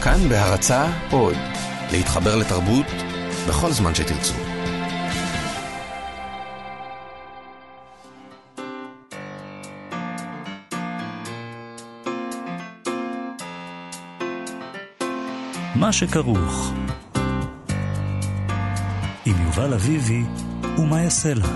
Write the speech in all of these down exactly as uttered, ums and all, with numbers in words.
כאן בהרצאה עוד, להתחבר לתרבות בכל זמן שתרצו. מה שכרוך עם יובל אביבי ומה יעשה לה.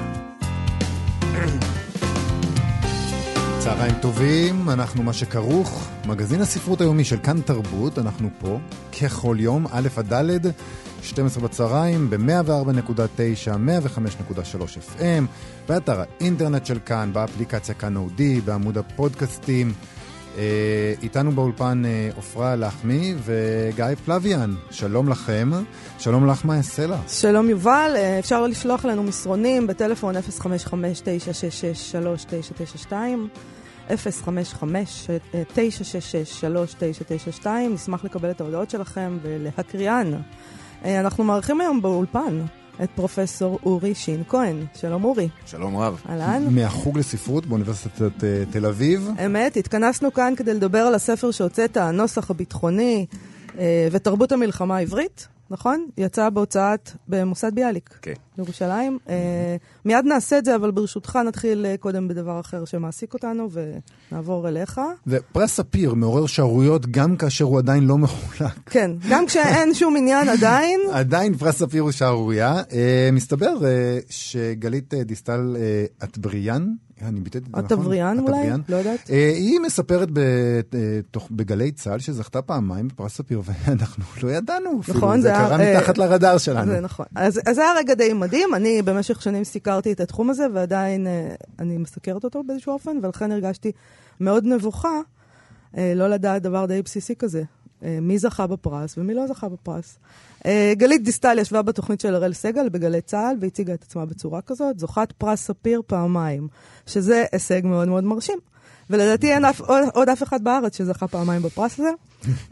צהריים טובים, אנחנו מה שכרוך, מגזין הספרות היומי של כאן תרבות. אנחנו פה ככל יום, א' עד ד', שתים עשרה בצהריים, ב-מאה וארבע נקודה תשע, מאה וחמש נקודה שלוש אף אם, באתר האינטרנט של כאן, באפליקציה כאן אודי, בעמוד הפודקאסטים. איתנו באולפן אופרה לחמי וגיא פלוויאן. שלום לכם. שלום לך, מה יעשה לה? שלום יובל, אפשר לשלוח לנו מסרונים בטלפון אפס חמש חמש תשע שש שש שלוש תשע תשע שתיים, אפס חמש חמש תשע שש שש שלוש תשע תשע שתיים. נשמח לקבל את ההודעות שלכם ולהקריאן. אנחנו מארחים היום באולפן את פרופסור אורי שין כהן. שלום אורי. שלום רב. אהלן. מהחוג לספרות באוניברסיטת תל אביב. אמת, התכנסנו כאן כדי לדבר על הספר שהוצאת, הנוסח הביטחוני ותרבות המלחמה העברית, נכון? יצא בהוצאת במוסד ביאליק. כן. בירושלים. מיד נעשה את זה, אבל ברשותך נתחיל קודם בדבר אחר שמעסיק אותנו ונעבור אליך. ופרס ספיר מעורר שערויות גם כאשר הוא עדיין לא מחולק. כן, גם כשאין שום עניין עדיין. עדיין פרס ספיר הוא שערויה. מסתבר שגלית דיסטל אטבריאן, אני ביטאת את זה נכון? אטבריאן אולי? לא יודעת. היא מספרת בגלי צהל שזכתה פעמיים בפרס ספיר, ואנחנו לא ידענו. נכון. זה קרה מתחת לרדאר שלנו. זה נכון. אז זה היה רגע די מדהים. אני במשך שנים סיקרתי את התחום הזה, ועדיין אני מסקרת אותו באיזשהו אופן, ולכן הרגשתי מאוד נבוכה לא לדעת דבר די בסיסי כזה. מי זכה בפרס ומי לא זכה בפרס. גלית דיסטל ישבה בתוכנית של הראל סגל בגלי צהל, והציגה את עצמה בצורה כזאת, זוכת פרס ספיר פעמיים, שזה הישג מאוד מאוד מרשים. ולדעתי אין אף, עוד, עוד אף אחד בארץ שזכה פעמיים בפרס הזה.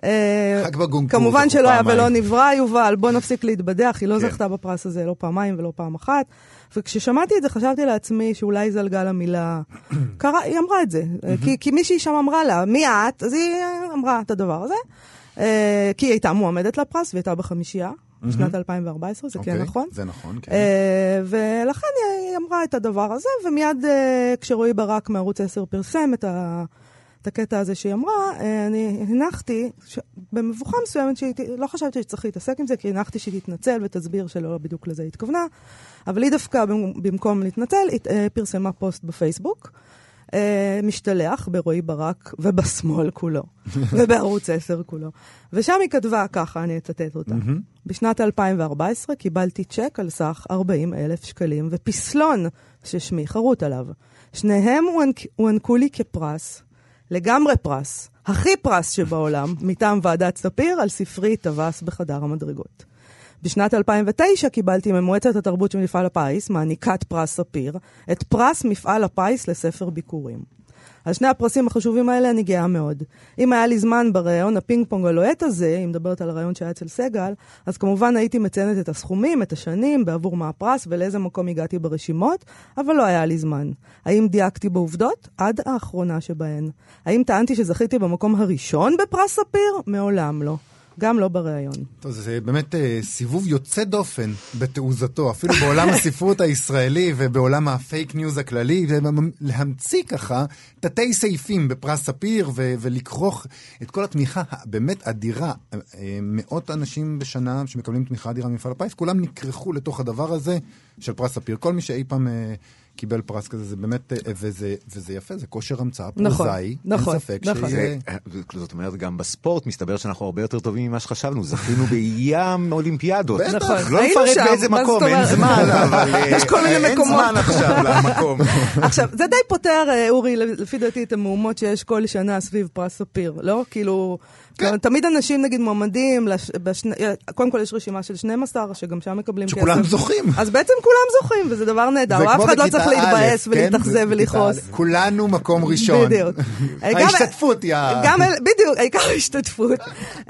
כמובן שלא היה ולא נברא, יובל, בוא נפסיק להתבדח, היא לא זכתה בפרס הזה, לא פעמיים ולא פעם אחת. וכששמעתי את זה, חשבתי לעצמי שאולי זלגה למילה, קרה, היא אמרה את זה, כי, כי מישהי שם אמרה לה, מי את? אז היא אמרה את הדבר הזה, כי היא הייתה מועמדת לפרס, והיא הייתה בחמישייה, בשנת אלפיים וארבע עשרה, זה כן נכון? זה נכון, כן. ולכן היא אמרה את הדבר הזה, ומיד כשרועי ברק מערוץ עשר פרסם את ה... את הקטע הזה שהיא אמרה, אני הנחתי, ש... במבוכה מסוימת, לא חשבתי שצריך להתעסק עם זה, כי הנחתי שהיא תתנצל ותסביר שלא בדיוק לזה התכוונה, אבל היא דווקא במקום להתנצל, היא פרסמה פוסט בפייסבוק, משתלח ברועי ברק ובשמאל כולו, ובערוץ עשר כולו. ושם היא כתבה ככה, אני אצטט אותה. בשנת אלפיים וארבע עשרה קיבלתי צ'ק על סך ארבעים אלף שקלים, ופסלון ששמי חרוט עליו. שניהם הוענקו לי כפרס, לגמרי פרס, הכי פרס שבעולם, מטעם ועדת ספיר על ספרי טווס בחדר המדרגות. בשנת אלפיים ותשע קיבלתי ממועצת התרבות של מפעל הפיס, מעניקת פרס ספיר, את פרס מפעל הפיס לספר ביקורים. על שני הפרסים החשובים האלה אני גאה מאוד. אם היה לי זמן ברעיון הפינג פונג הלוהט הזה, אם מדברת על הרעיון שהיה אצל סגל, אז כמובן הייתי מציינת את הסכומים, את השנים, בעבור מה הפרס ולאיזה מקום הגעתי ברשימות, אבל לא היה לי זמן. האם דייקתי בעובדות? עד האחרונה שבהן. האם טענתי שזכיתי במקום הראשון בפרס ספיר? מעולם לא. גם לא ברעיון. טוב, זה באמת אה, סיבוב יוצא דופן בתעוזתו, אפילו בעולם הספרות הישראלי ובעולם הפייק ניוז הכללי, להמציא ככה תתי סעיפים בפרס ספיר ו- ולקרוך את כל התמיכה באמת אדירה. אה, מאות אנשים בשנה שמקבלים תמיכה אדירה ממפעל הפיס, כולם נקרחו לתוך הדבר הזה של פרס ספיר. כל מי שאי פעם... אה, קיבל פרס כזה, זה באמת, וזה, וזה יפה, זה כושר המצאה פרוזאי, נכון, אין ספק נכון. שיהיה... זאת אומרת, גם בספורט מסתבר שאנחנו הרבה יותר טובים ממה שחשבנו, זכינו בים אולימפיאדות. נכון. לא נפרט באיזה מקום, אין זמן, אבל יש כל מיני אין מקומות. זמן עכשיו למקום. עכשיו, זה די פותר, אורי, לפי דעתי, את המהומות שיש כל שנה סביב פרס ספיר, לא? כאילו... תמיד אנשים נגיד מועמדים, קודם כל יש רשימה של שנים עשר, שגם שם מקבלים כסף. שכולם זוכים. אז בעצם כולם זוכים, וזה דבר נהדר. אף אחד לא צריך להתבאס ולהתאכזב ולכעוס. כולנו מקום ראשון. בדיוק. ההשתתפות היא... בדיוק, העיקר ההשתתפות.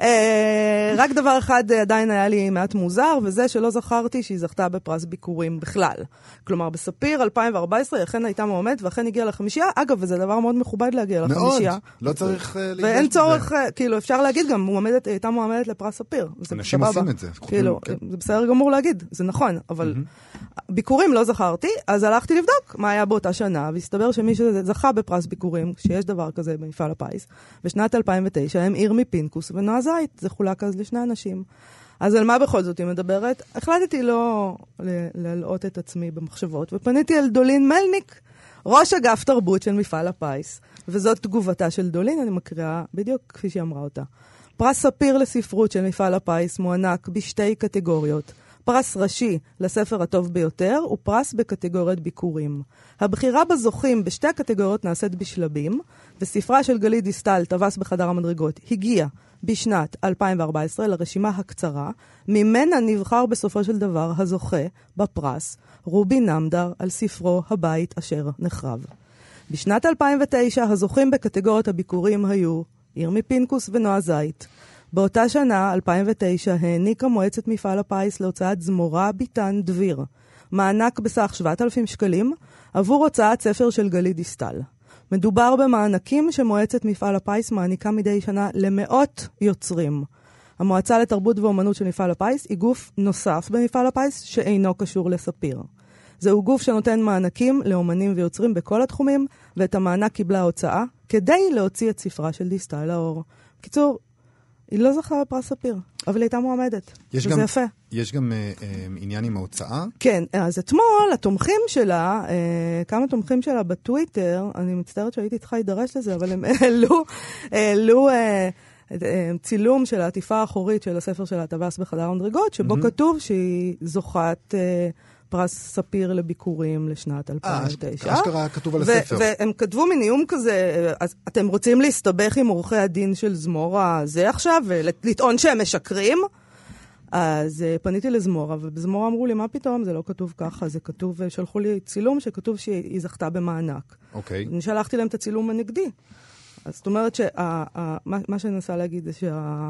רק דבר אחד עדיין היה לי מעט מוזר, וזה שלא זכרתי שהיא זכתה בפרס ביקורים בכלל. כלומר, בספיר אלפיים וארבע עשרה אכן הייתה מועמדת, ואכן הגיעה לחמישייה. אגב, וזה דבר מאוד מכובד להגיע לחמישייה. מאוד, לא צריך להתגש. ואין צורך, כאילו, אפשר להגיד גם, הייתה מועמדת לפרס ספיר. אנשים עושים את זה. כאילו, זה בסדר גמור להגיד, זה נכון, אבל ביקורים לא זכרתי, אז הלכתי לבדוק מה היה באותה שנה, והסתבר שמי שזכה בפרס ביקורים, שיש דבר כזה במפעל הפיס, בשנת אלפיים ותשע הם ירמי פינקוס ונועה זית, זה חולק אז לשני אנשים. אז על מה בכל זאת היא מדברת? החלטתי לא להלאות את עצמי במחשבות, ופניתי אל דולין מלניק, ראש אגף תרבות של מפעל הפיס, וזאת תגובתה של דולין, אני מקריאה בדיוק כפי שהיא אמרה אותה. פרס ספיר לספרות של מפעל הפיס מוענק בשתי קטגוריות. פרס ראשי לספר הטוב ביותר ופרס בקטגוריית ביקורים. הבחירה בזוכים בשתי הקטגוריות נעשית בשלבים, וספרה של גלית דיסטל, טווס בחדר המדרגות, הגיע בשנת אלפיים וארבע עשרה לרשימה הקצרה, ממנה נבחר בסופו של דבר הזוכה בפרס רובי נמדר על ספרו הבית אשר נחרב. בשנת אלפיים ותשע הזוכים בקטגוריית הביקורים היו ירמי פינקוס ונועה זית. באותה שנה, אלפיים ותשע, העניקה מועצת מפעל הפיס להוצאת זמורה ביטן דביר, מענק בסך שבעת אלפים שקלים, עבור הוצאת ספר של גלית דיסטל. מדובר במענקים שמועצת מפעל הפיס מעניקה מדי שנה למאות יוצרים. המועצה לתרבות ואומנות של מפעל הפיס היא גוף נוסף במפעל הפיס שאינו קשור לספיר. זהו גוף שנותן מענקים לאומנים ויוצרים בכל התחומים, ואת המענק קיבלה ההוצאה כדי להוציא את ספרה של דיסטל לאור. קיצור, היא לא זכה בפרס ספיר, אבל היא הייתה מועמדת. וזה גם, יפה. יש גם אה, אה, עניין עם ההוצאה? כן, אז אתמול התומכים שלה, אה, כמה תומכים שלה בטוויטר, אני מצטערת שהייתי צריכה להידרש לזה, אבל הם העלו, העלו אה, אה, צילום של העטיפה האחורית של הספר של הטווס בחדר המדרגות, שבו mm-hmm. כתוב שהיא זוכת... אה, פרס ספיר לביקורים לשנת אלפיים ותשע. אה, אשכרה כתוב על הספר. והם כתבו מנאום כזה, אז אתם רוצים להסתבך עם עורכי הדין של זמורה זה עכשיו, ולטעון שהם משקרים? אז פניתי לזמורה, ובזמורה אמרו לי, מה פתאום? זה לא כתוב ככה, זה כתוב, שלחו לי צילום שכתוב שהיא זכתה במענק. אוקיי. אני שלחתי להם את הצילום הנגדי. אז זאת אומרת שמה שאני מנסה להגיד זה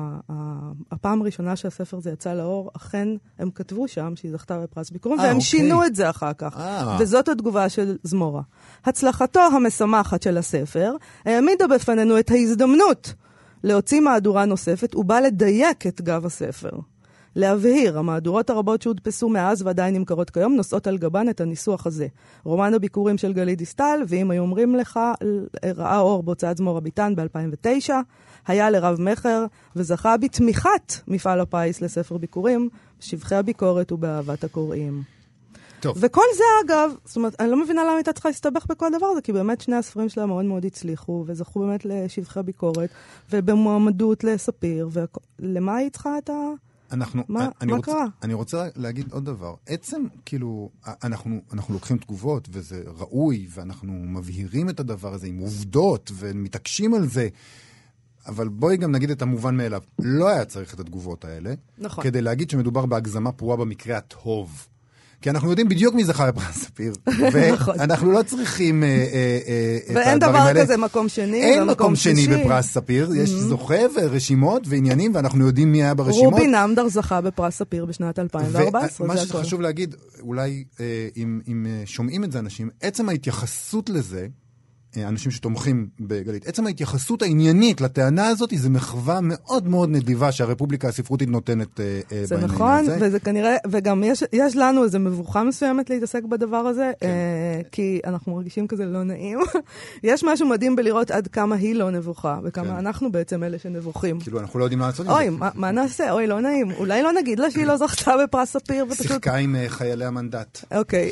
שהפעם הראשונה שהספר זה יצא לאור, אכן הם כתבו שם שהיא זכתה בפרס ביקורים, והם שינו את זה אחר כך. וזאת התגובה של זמורה. הצלחתו המשמחת של הספר העמידה בפנינו את ההזדמנות להוציא מהדורה נוספת, ובא לדייק את גב הספר. להבהיר, המהדורות הרבות שהודפסו מאז ועדיין נמכרות כיום נושאות על גבן את הניסוח הזה. רומן הביקורים של גלית דיסטל, ואם היו אומרים לך, ראה אור בהוצאת זמורה ביטן ב-אלפיים ותשע, היה לרב מחר, וזכה בתמיכת מפעל הפיס לספר ביקורים, בשבחי הביקורת ובאהבת הקוראים. טוב. וכל זה אגב, זאת אומרת, אני לא מבינה למה הייתה צריכה להסתבך בכל דבר הזה, כי באמת שני הספרים שלה מאוד מאוד הצליחו, וזכו באמת לשבחי הביקורת, ובמועמדות לספיר, ולמה היא צריכה את ה... אנחנו, מה, אני, מה רוצה, קרה? אני רוצה להגיד עוד דבר. עצם, כאילו, אנחנו, אנחנו לוקחים תגובות, וזה ראוי, ואנחנו מבהירים את הדבר הזה עם עובדות, ומתעקשים על זה, אבל בואי גם נגיד את המובן מאליו. לא היה צריך את התגובות האלה, נכון. כדי להגיד שמדובר בהגזמה פרועה במקרה הטוב. כי אנחנו יודעים בדיוק מי זכה בפרס ספיר. ואנחנו לא צריכים את הדברים האלה. ואין דבר כזה מקום שני. אין מקום שני בפרס ספיר. יש זוכה ורשימות ועניינים, ואנחנו יודעים מי היה ברשימות. רובי נמדר זכה בפרס ספיר בשנת אלפיים וארבע עשרה. ומה שחשוב להגיד, אולי אם שומעים את זה אנשים, עצם ההתייחסות לזה, אנשים שתומכים בגלית. עצם ההתייחסות העניינית לטענה הזאת, זה מחווה מאוד מאוד נדיבה שהרפובליקה הספרותית נותנת בעניין הזה. זה נכון, וזה כנראה, וגם יש, יש לנו איזו מבוכה מסוימת להתעסק בדבר הזה, כן. אה, כי אנחנו מרגישים כזה לא נעים. יש משהו מדהים בלראות עד כמה היא לא נבוכה, וכמה כן. אנחנו בעצם אלה שנבוכים. כאילו, אנחנו לא יודעים מה לעשות עם זה. אוי, מה, מה נעשה? אוי, לא נעים. אולי לא נגיד לה שהיא לא זכתה בפרס ספיר, ופשוט... שיחקה עם חיילי המנדט. אוקיי.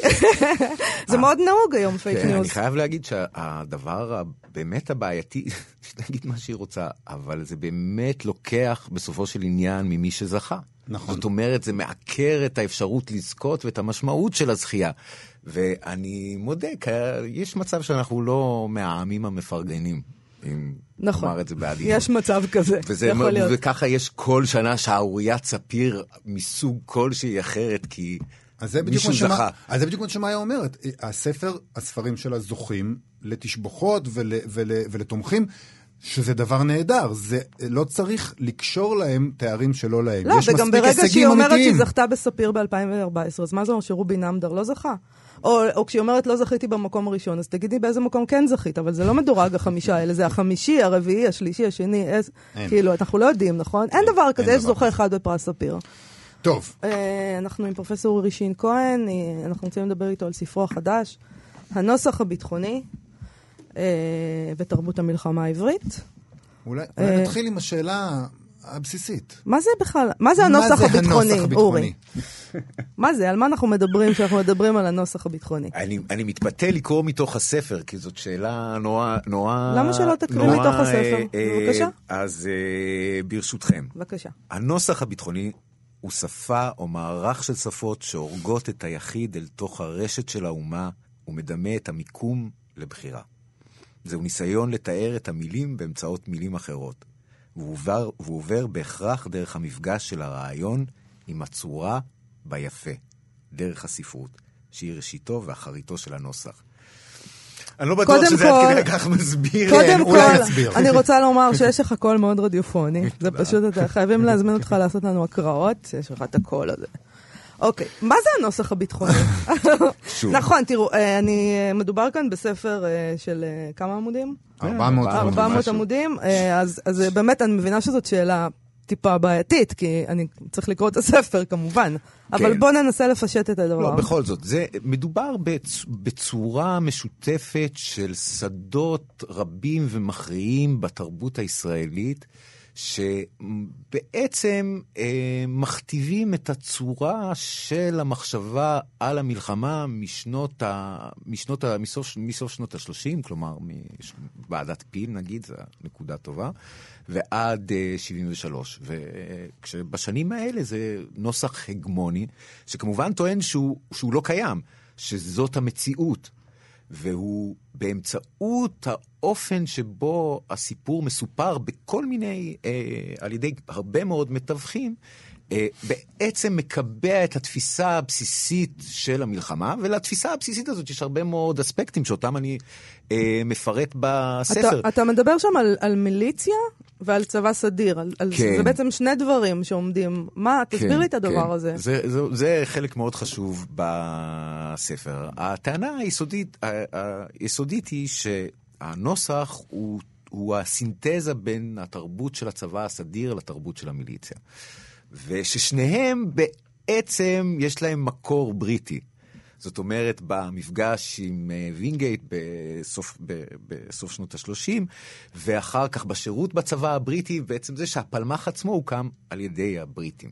זה מאוד נהוג היום, פייק ניוז. אני חייב להגיד שה... הדבר באמת הבעייתי, שתגיד מה שהיא רוצה, אבל זה באמת לוקח בסופו של עניין ממי שזכה. נכון. זאת אומרת, זה מעקר את האפשרות לזכות ואת המשמעות של הזכייה. ואני מודה, יש מצב שאנחנו לא מהעמים המפרגנים. נכון. אמר את זה בעדינות. יש מצב כזה. וזה, יכול להיות. וככה יש כל שנה שערוריית ספיר מסוג כלשהי אחרת, כי... אז זה בדיוק מישהו מה שמה, זכה. אז זה בדיוק מה שמאיה אומרת. הספר, הספרים שלה זוכים לתשבחות ול, ול, ולתומכים, שזה דבר נהדר. זה לא צריך לקשור להם תארים שלא להם. לא, וגם ברגע שהיא אומרת אמיתיים. שהיא זכתה בספיר ב-אלפיים וארבע עשרה, אז מה זה אומר שרובי נמדר לא זכה? או, או כשהיא אומרת לא זכיתי במקום הראשון, אז תגידי באיזה מקום כן זכית, אבל זה לא מדורג החמישה האלה, זה החמישי, הרביעי, השלישי, השני, אז, כאילו, אנחנו לא יודעים, נכון? אין, אין דבר כזה, יש זוכה אחד בפרס ספיר. טוב. אנחנו עם פרופסור רישין כהן, אנחנו רוצים לדבר איתו על ספרו החדש, הנוסח הביטחוני ותרבות המלחמה העברית. אולי, אולי נתחיל עם השאלה הבסיסית. מה זה בכלל? מה זה הנוסח הביטחוני, אורי? מה זה? על מה אנחנו מדברים כשאנחנו מדברים על הנוסח הביטחוני? אני, אני מתפתה לקרוא מתוך הספר, כי זאת שאלה נורא, נורא... למה שלא תקריא מתוך הספר? בבקשה. אז ברשותכם. בבקשה. הנוסח הביטחוני הוא שפה או מערך של שפות שהורגות את היחיד אל תוך הרשת של האומה ומדמה את המיקום לבחירה. זהו ניסיון לתאר את המילים באמצעות מילים אחרות. והוא עובר, והוא עובר בהכרח דרך המפגש של הרעיון עם הצורה ביפה, דרך הספרות, שהיא ראשיתו ואחריתו של הנוסח. אני לא בטוח שזה עד כדי כך מסביר. קודם כל, אני רוצה לומר שיש לך קול מאוד רדיופוני. זה פשוט, חייבים להזמין אותך לעשות לנו הקראות, יש לך את הקול הזה. אוקיי, מה זה הנוסח הביטחוני? נכון, תראו, אני מדובר כאן בספר של כמה עמודים? ארבע מאות עמודים. ארבע מאות עמודים, אז באמת אני מבינה שזאת שאלה טיפה בעייתית, כי אני צריך לקרוא את הספר כמובן, אבל בוא ננסה לפשט את הדבר. לא, בכל זאת, זה מדובר בצורה משותפת של שדות רבים ומכריעים בתרבות הישראלית, שבעצם אה, מכתיבים את הצורה של המחשבה על המלחמה משנות ה, משנות ה, מסוף, מסוף שנות ה-שלושים, כלומר מוועדת פיל נגיד, זו נקודה טובה, ועד אה, שבעים ושלוש. וכשבשנים האלה זה נוסח הגמוני, שכמובן טוען שהוא, שהוא לא קיים, שזאת המציאות. והוא באמצעות האופן שבו הסיפור מסופר בכל מיני, אה, על ידי הרבה מאוד מתווכים, אה, בעצם מקבע את התפיסה הבסיסית של המלחמה, ולתפיסה הבסיסית הזאת יש הרבה מאוד אספקטים שאותם אני אה, מפרט בספר. אתה, אתה מדבר שם על, על מיליציה ועל צבא סדיר, על, על, כן. זה בעצם שני דברים שעומדים. מה, תסביר כן, לי את הדבר כן. הזה. זה, זה, זה חלק מאוד חשוב בספר. הטענה היסודית, היסודית היא שהנוסח הוא, הוא הסינתזה בין התרבות של הצבא הסדיר לתרבות של המיליציה. וששניהם בעצם יש להם מקור בריטי. זאת אומרת, במפגש עם וינגייט בסוף, בסוף שנות ה-שלושים, ואחר כך בשירות בצבא הבריטי, בעצם זה שהפלמ"ח עצמו הוקם על ידי הבריטים.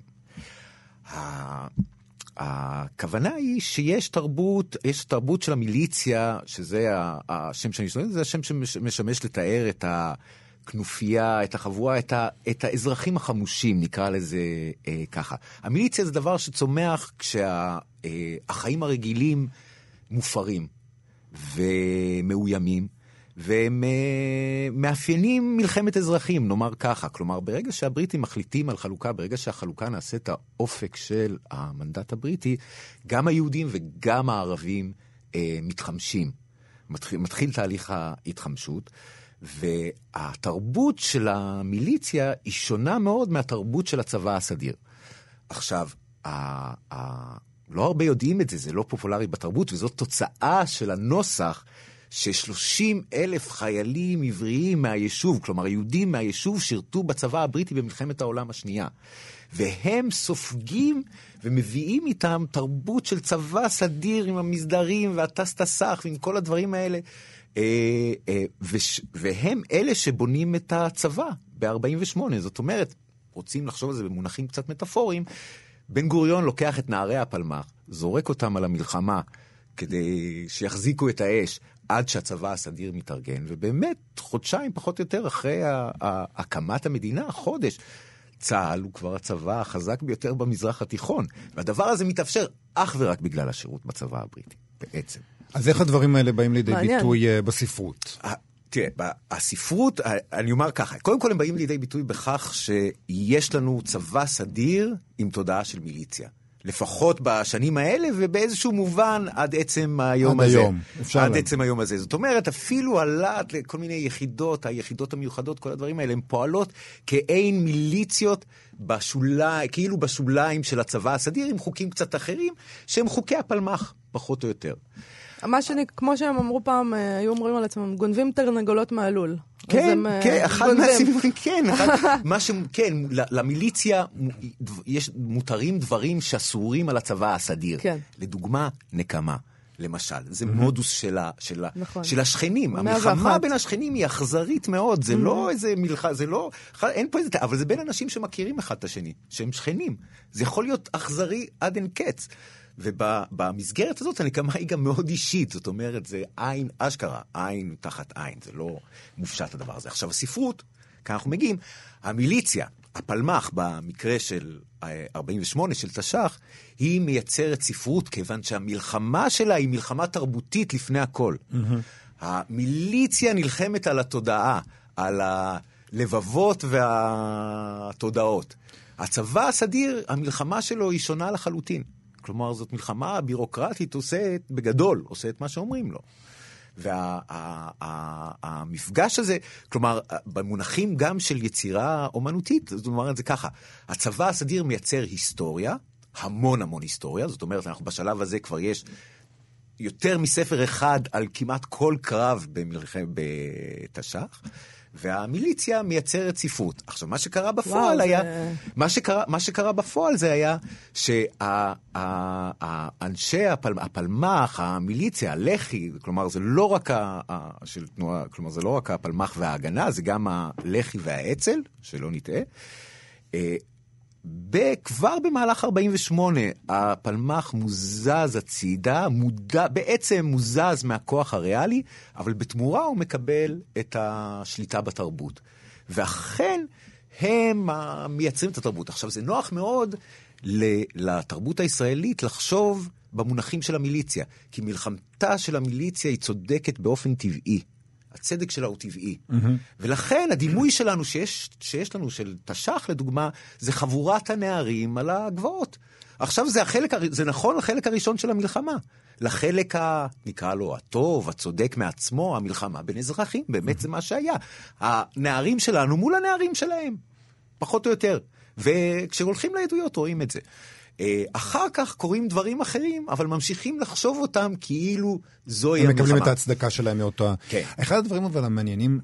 הכוונה היא שיש תרבות, יש תרבות של המיליציה, שזה השם שאני שומע, זה השם שמשמש לתאר את הכנופיה, את החבורה, את, ה, את האזרחים החמושים, נקרא לזה אה, ככה. המיליציה זה דבר שצומח כשהחיים הרגילים מופרים ומאוימים, והם אה, מאפיינים מלחמת אזרחים, נאמר ככה. כלומר, ברגע שהבריטים מחליטים על חלוקה, ברגע שהחלוקה נעשית האופק של המנדט הבריטי, גם היהודים וגם הערבים אה, מתחמשים. מתחיל, מתחיל תהליך ההתחמשות, והתרבות של המיליציה היא שונה מאוד מהתרבות של הצבא הסדיר. עכשיו, ה- ה- לא הרבה יודעים את זה, זה לא פופולרי בתרבות, וזאת תוצאה של הנוסח ש-שלושים אלף חיילים עבריים מהיישוב, כלומר יהודים מהיישוב, שירתו בצבא הבריטי במלחמת העולם השנייה. והם סופגים ומביאים איתם תרבות של צבא סדיר עם המסדרים והטס-טסח ועם כל הדברים האלה, אה, אה, וש, והם אלה שבונים את הצבא ב-ארבעים ושמונה. זאת אומרת, רוצים לחשוב על זה במונחים קצת מטאפוריים, בן גוריון לוקח את נערי הפלמ"ח, זורק אותם על המלחמה כדי שיחזיקו את האש עד שהצבא הסדיר מתארגן, ובאמת חודשיים פחות או יותר אחרי הקמת המדינה, חודש, צה"ל הוא כבר הצבא החזק ביותר במזרח התיכון, והדבר הזה מתאפשר אך ורק בגלל השירות בצבא הבריטי, בעצם. אז איך הדברים האלה באים לידי ביטוי בספרות? תראה, הספרות, אני אומר ככה, קודם כל הם באים לידי ביטוי בכך שיש לנו צבא סדיר עם תודעה של מיליציה. לפחות בשנים האלה, ובאיזשהו מובן עד עצם היום עד הזה. היום, אפשר עד להם. עצם היום הזה. זאת אומרת, אפילו עלת לכל מיני יחידות, היחידות המיוחדות, כל הדברים האלה, הן פועלות כאין מיליציות בשוליים, כאילו בשוליים של הצבא הסדיר, עם חוקים קצת אחרים, שהם חוקי הפלמ"ח, פחות או יותר. מה שאני, כמו שהם אמרו פעם, היו אומרים על עצמם, גונבים תרנגולות מהלול. כן, כן, אחד מהסיבובים, כן, מה ש... כן, למיליציה יש מותרים דברים שאסורים על הצבא הסדיר. לדוגמה, נקמה. למשל, זה מודוס של השכנים. המלחמה בין השכנים היא אכזרית מאוד, זה לא איזה מלחמה, זה לא, אין פה איזה, אבל זה בין אנשים שמכירים אחד את השני, שהם שכנים. זה יכול להיות אכזרי עד אין קץ. ובמסגרת הזאת הנקמה היא גם מאוד אישית, זאת אומרת, זה עין אשכרה, עין תחת עין, זה לא מופשט הדבר הזה. עכשיו, הספרות, כאן אנחנו מגיעים, המיליציה, הפלמ"ח, במקרה של ארבעים ושמונה של תש"ח, היא מייצרת ספרות, כיוון שהמלחמה שלה היא מלחמה תרבותית לפני הכל. Mm-hmm. המיליציה נלחמת על התודעה, על הלבבות והתודעות. הצבא הסדיר, המלחמה שלו היא שונה לחלוטין. כלומר, זאת מלחמה בירוקרטית, עושה בגדול, עושה את מה שאומרים לו. והמפגש הזה, כלומר, במונחים גם של יצירה אומנותית, זאת אומרת, זה ככה, הצבא הסדיר מייצר היסטוריה, המון המון היסטוריה, זאת אומרת, אנחנו בשלב הזה כבר יש יותר מספר אחד על כמעט כל קרב במלחמת בתש"ח, והמיליציה מייצרת ספרות. עכשיו, מה שקרה בפועל וואו, היה, זה... מה שקרה, מה שקרה בפועל זה היה שהאנשי הפל, הפלמ"ח, המיליציה, הלח"י, כלומר, זה לא רק ה, של תנועה, כלומר, זה לא רק הפלמ"ח וההגנה, זה גם הלח"י והאצ"ל, שלא נטעה. כבר במהלך ארבעים ושמונה, הפלמ"ח מוזז הצידה, מודע, בעצם מוזז מהכוח הריאלי, אבל בתמורה הוא מקבל את השליטה בתרבות. ואכן הם מייצרים את התרבות. עכשיו, זה נוח מאוד לתרבות הישראלית לחשוב במונחים של המיליציה, כי מלחמתה של המיליציה היא צודקת באופן טבעי. הצדק שלה הוא טבעי. Mm-hmm. ולכן הדימוי שלנו שיש, שיש לנו של תש"ח לדוגמה, זה חבורת הנערים על הגבעות. עכשיו זה החלק, זה נכון לחלק הראשון של המלחמה. לחלק ה, נקרא לו, הטוב, הצודק מעצמו, המלחמה בין אזרחים, באמת זה מה שהיה. הנערים שלנו מול הנערים שלהם, פחות או יותר. וכשהולכים לעדויות רואים את זה. אחר כך קוראים דברים אחרים, אבל ממשיכים לחשוב אותם כאילו זוהי המלחמה. הם מקבלים את ההצדקה שלהם מאותה. כן. אחד הדברים אבל המעניינים,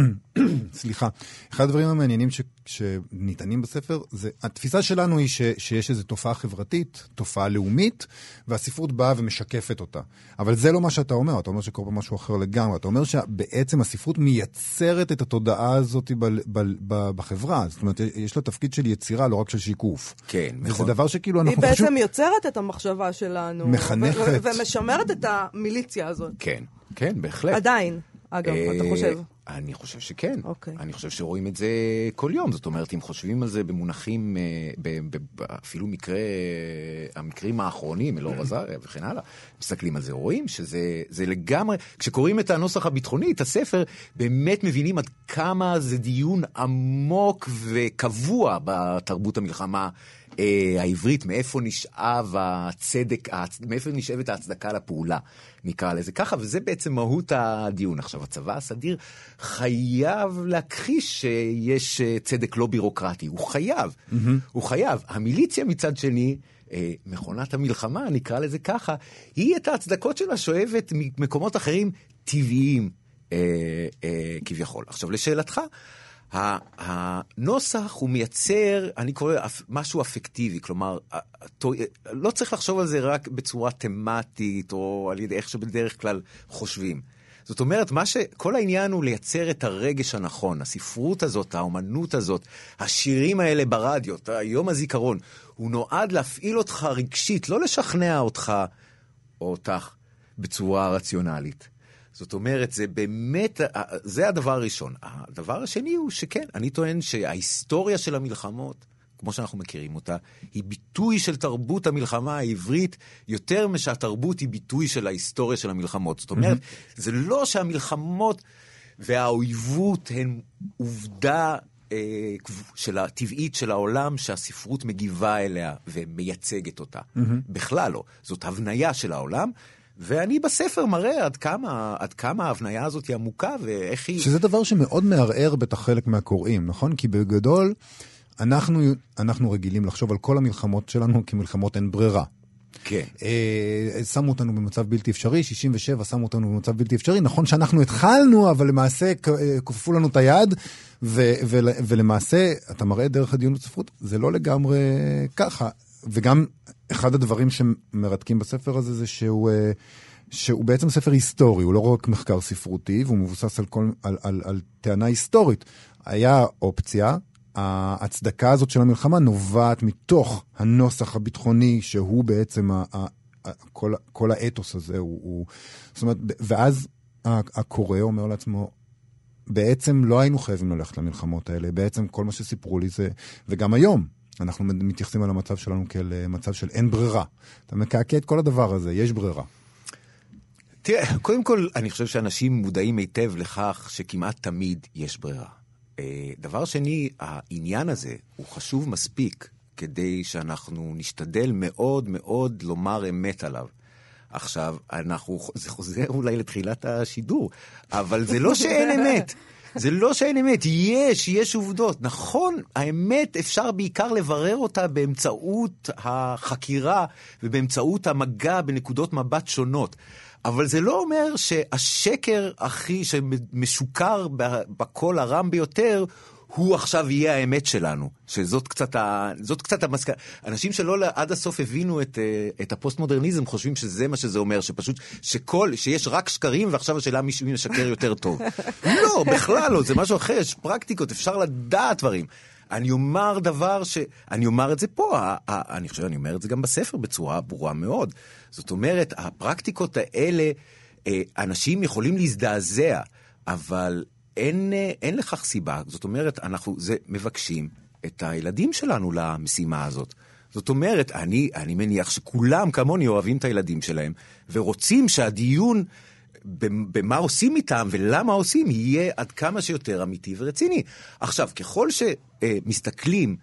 סליחה, אחד הדברים המעניינים ש, שניתנים בספר, זה, התפיסה שלנו היא ש, שיש איזו תופעה חברתית, תופעה לאומית, והספרות באה ומשקפת אותה. אבל זה לא מה שאתה אומר, אתה אומר שקורה משהו אחר לגמרי, אתה אומר שבעצם הספרות מייצרת את התודעה הזאת ב, ב, ב, בחברה, זאת אומרת, יש לה תפקיד של יצירה, לא רק של שיקוף. כן, נכון. וזה דבר שכאילו אנחנו היא חושבים... בעצם יוצרת את המחשבה שלנו. מחנכת. ו- ו- ומשמרת את המיליציה הזאת. כן, כן, בהחלט. עדיין, אגב, אתה חושב? אני חושב שכן. Okay. אני חושב שרואים את זה כל יום. זאת אומרת, אם חושבים על זה במונחים, ב- ב- אפילו מקרה, המקרים האחרונים, אלאור עזריה וכן הלאה, מסתכלים על זה, רואים שזה זה לגמרי, כשקוראים את הנוסח הביטחוני, את הספר, באמת מבינים עד כמה זה דיון עמוק וקבוע בתרבות המלחמה העברית, מאיפה נשאב הצדק, מאיפה נשאבת ההצדקה לפעולה, נקרא לזה ככה, וזה בעצם מהות הדיון. עכשיו, הצבא הסדיר חייב להכחיש שיש צדק לא בירוקרטי, הוא חייב, mm-hmm. הוא חייב. המיליציה מצד שני, מכונת המלחמה, נקרא לזה ככה, היא את ההצדקות שלה שואבת ממקומות אחרים טבעיים אה, אה, כביכול. עכשיו, לשאלתך, הנוסח הוא מייצר, אני קורא משהו אפקטיבי, כלומר, לא צריך לחשוב על זה רק בצורה תמטית, או על ידי איך שבדרך כלל חושבים. זאת אומרת, מה ש... כל העניין הוא לייצר את הרגש הנכון, הספרות הזאת, האומנות הזאת, השירים האלה ברדיו, יום הזיכרון, הוא נועד להפעיל אותך רגשית, לא לשכנע אותך או אותך בצורה רציונלית. זאת אומרת, זה באמת, זה הדבר הראשון. הדבר השני הוא שכן, אני טוען שההיסטוריה של המלחמות, כמו שאנחנו מכירים אותה, היא ביטוי של תרבות המלחמה העברית, יותר משהתרבות היא ביטוי של ההיסטוריה של המלחמות. זאת אומרת, mm-hmm. זה לא שהמלחמות והאויבות הן עובדה של הטבעית של העולם שהספרות מגיבה אליה ומייצגת אותה. בכלל לא. זאת הבניה של העולם, ואני בספר מראה עד כמה, עד כמה ההבניה הזאת היא עמוקה ואיך היא... שזה דבר שמאוד מערער בטח חלק מהקוראים, נכון? כי בגדול אנחנו, אנחנו רגילים לחשוב על כל המלחמות שלנו כמלחמות אין ברירה. כן. אה, שמו אותנו במצב בלתי אפשרי, שישים ושבע שמו אותנו במצב בלתי אפשרי, נכון שאנחנו התחלנו, אבל למעשה כופפו לנו את היד, ו- ו- ולמעשה, אתה מראה דרך הדיון בספרות, זה לא לגמרי ככה. וגם אחד הדברים שמרתקים בספר הזה, זה שהוא, שהוא בעצם ספר היסטורי, הוא לא רק מחקר ספרותי, והוא מבוסס על, כל, על, על, על טענה היסטורית. היה אופציה, ההצדקה הזאת של המלחמה נובעת מתוך הנוסח הביטחוני, שהוא בעצם, ה, ה, ה, כל, כל האתוס הזה, הוא, הוא, זאת אומרת, ואז הקורא אומר לעצמו, בעצם לא היינו חייבים ללכת למלחמות האלה, בעצם כל מה שסיפרו לי זה, וגם היום, אנחנו מתייחסים על המצב שלנו כאל מצב של אין ברירה. אתה מקעקע את כל הדבר הזה, יש ברירה. תראה, קודם כל, אני חושב שאנשים מודעים היטב לכך שכמעט תמיד יש ברירה. דבר שני, העניין הזה הוא חשוב מספיק כדי שאנחנו נשתדל מאוד מאוד לומר אמת עליו. עכשיו, אנחנו, זה חוזר אולי לתחילת השידור, אבל זה לא שאין אמת. זה לא שאין אמת, יש, יש עובדות. נכון, האמת אפשר בעיקר לברר אותה באמצעות החקירה ובאמצעות המגע בנקודות מבט שונות. אבל זה לא אומר שהשקר הכי שמשוקר בקול הרם ביותר, הוא עכשיו יהיה האמת שלנו. שזאת קצת, ה... זאת קצת המסקנה. אנשים שלא עד הסוף הבינו את, את הפוסט-מודרניזם, חושבים שזה מה שזה אומר, שפשוט, שכל, שיש רק שקרים, ועכשיו השאלה מי משקר יותר טוב. לא, בכלל לא, זה משהו אחר, יש פרקטיקות, אפשר לדעת דברים. אני אומר דבר ש... אני אומר את זה פה, ה... ה... אני חושב, אני אומר את זה גם בספר בצורה ברורה מאוד. זאת אומרת, הפרקטיקות האלה, אנשים יכולים להזדעזע, אבל אין, אין לכך סיבה. זאת אומרת, אנחנו זה, מבקשים את הילדים שלנו למשימה הזאת. זאת אומרת, אני, אני מניח שכולם כמוני אוהבים את הילדים שלהם, ורוצים שהדיון במה עושים איתם ולמה עושים, יהיה עד כמה שיותר אמיתי ורציני. עכשיו, ככל שמסתכלים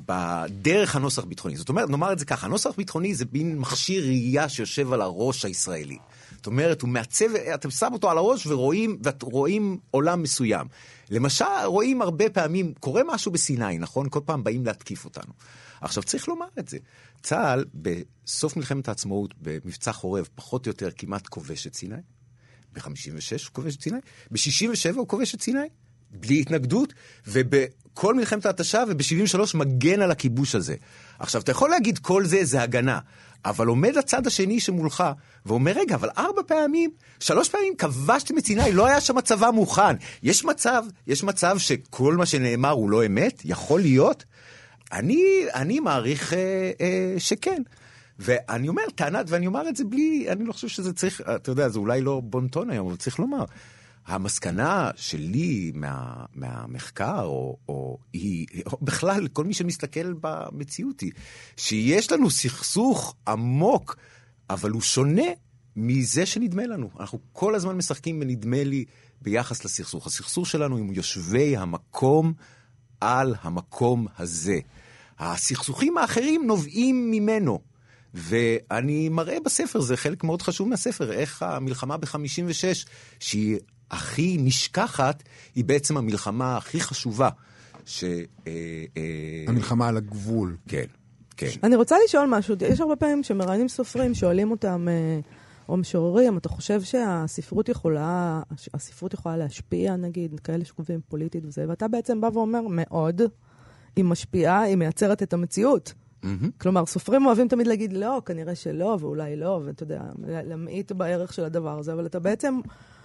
בדרך הנוסח ביטחוני, זאת אומרת, נאמר את זה ככה, הנוסח ביטחוני זה בין מכשיר ראייה שיושב על הראש הישראלי. זאת אומרת, הוא מעצב, אתם שם אותו על הראש ורואים, ורואים עולם מסוים. למשל, רואים הרבה פעמים, קורה משהו בסיני, נכון? כל פעם באים להתקיף אותנו. עכשיו, צריך לומר את זה. צה"ל, בסוף מלחמת העצמאות, במבצע חורב, פחות או יותר כמעט כובש את סיני. ב-חמישים ושש הוא כובש את סיני. ב-שישים ושבע הוא כובש את סיני. בלי התנגדות. ובכל מלחמת ההתשה, וב-שבעים ושלוש מגן על הכיבוש הזה. עכשיו, אתה יכול להגיד, כל זה זה הגנה. אבל עומד הצד השני שמולך, ואומר, רגע, אבל ארבע פעמים, שלוש פעמים כבשתם את סיני, לא היה שם צבא מוכן. יש מצב, יש מצב שכל מה שנאמר הוא לא אמת, יכול להיות. אני, אני מעריך אה, אה, שכן. ואני אומר, טענת, ואני אומר את זה בלי, אני לא חושב שזה צריך, אתה יודע, זה אולי לא בונטון היום, אבל צריך לומר. המסקנה שלי מה, מהמחקר, או, או, היא, או בכלל, כל מי שמסתכל במציאות היא, שיש לנו סכסוך עמוק, אבל הוא שונה מזה שנדמה לנו. אנחנו כל הזמן משחקים ונדמה לי ביחס לסכסוך. הסכסוך שלנו עם יושבי המקום על המקום הזה. הסכסוכים האחרים נובעים ממנו. ואני מראה בספר, זה חלק מאוד חשוב מהספר, איך המלחמה ב-חמישים ושש, שהיא הכי נשכחת, היא בעצם המלחמה הכי חשובה. ש... המלחמה על הגבול. כן, כן. אני רוצה לשאול משהו, יש הרבה פעמים שמראיינים סופרים, שואלים אותם, או משוררים, אתה חושב שהספרות יכולה, הספרות יכולה להשפיע, נגיד, כאלה שקובעים פוליטית וזה, ואתה בעצם בא ואומר, מאוד, היא משפיעה, היא מייצרת את המציאות. Mm-hmm. כלומר, סופרים אוהבים תמיד להגיד לא, כנראה שלא, ואולי לא, ואתה יודע, להמעיט בערך של הדבר הזה, אבל אתה בעצם,